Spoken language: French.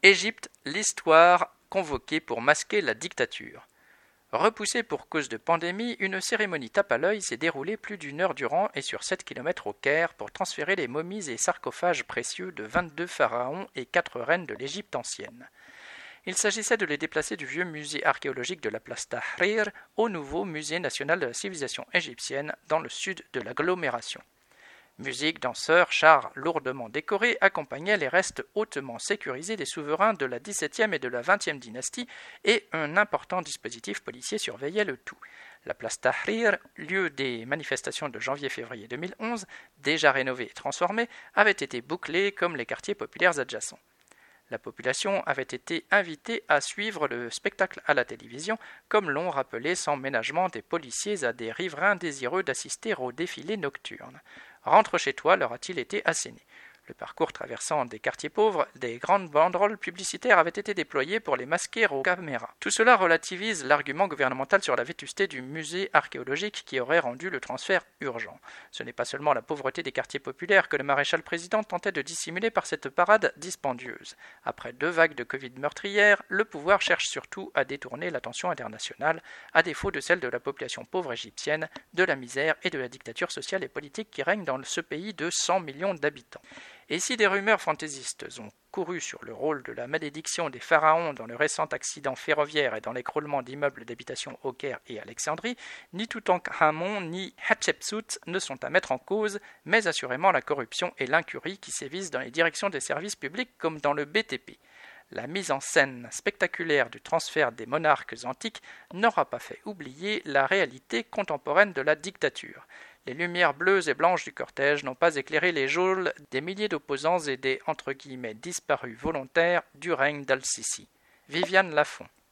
Égypte, l'histoire convoquée pour masquer la dictature. Repoussée pour cause de pandémie, une cérémonie tape à l'œil s'est déroulée plus d'une heure durant et sur 7 km au Caire pour transférer les momies et sarcophages précieux de 22 pharaons et 4 reines de l'Égypte ancienne. Il s'agissait de les déplacer du vieux musée archéologique de la place Tahrir au nouveau musée national de la civilisation égyptienne dans le sud de l'agglomération. Musique, danseurs, chars lourdement décorés accompagnaient les restes hautement sécurisés des souverains de la XVIIe et de la XXe dynastie et un important dispositif policier surveillait le tout. La place Tahrir, lieu des manifestations de janvier-février 2011, déjà rénovée et transformée, avait été bouclée comme les quartiers populaires adjacents. La population avait été invitée à suivre le spectacle à la télévision, comme l'ont rappelé sans ménagement des policiers à des riverains désireux d'assister au défilé nocturne. « Rentre chez toi », leur a-t-il été asséné. Le parcours traversant des quartiers pauvres, des grandes banderoles publicitaires avaient été déployées pour les masquer aux caméras. Tout cela relativise l'argument gouvernemental sur la vétusté du musée archéologique qui aurait rendu le transfert urgent. Ce n'est pas seulement la pauvreté des quartiers populaires que le maréchal président tentait de dissimuler par cette parade dispendieuse. Après 2 vagues de Covid meurtrières, le pouvoir cherche surtout à détourner l'attention internationale, à défaut de celle de la population pauvre égyptienne, de la misère et de la dictature sociale et politique qui règne dans ce pays de 100 millions d'habitants. Et si des rumeurs fantaisistes ont couru sur le rôle de la malédiction des pharaons dans le récent accident ferroviaire et dans l'écroulement d'immeubles d'habitation au Caire et Alexandrie, ni Toutankhamon ni Hatshepsut ne sont à mettre en cause, mais assurément la corruption et l'incurie qui sévissent dans les directions des services publics comme dans le BTP. La mise en scène spectaculaire du transfert des monarques antiques n'aura pas fait oublier la réalité contemporaine de la dictature. Les lumières bleues et blanches du cortège n'ont pas éclairé les geôles des milliers d'opposants et des « disparus volontaires » du règne d'Al-Sisi. Viviane Lafont.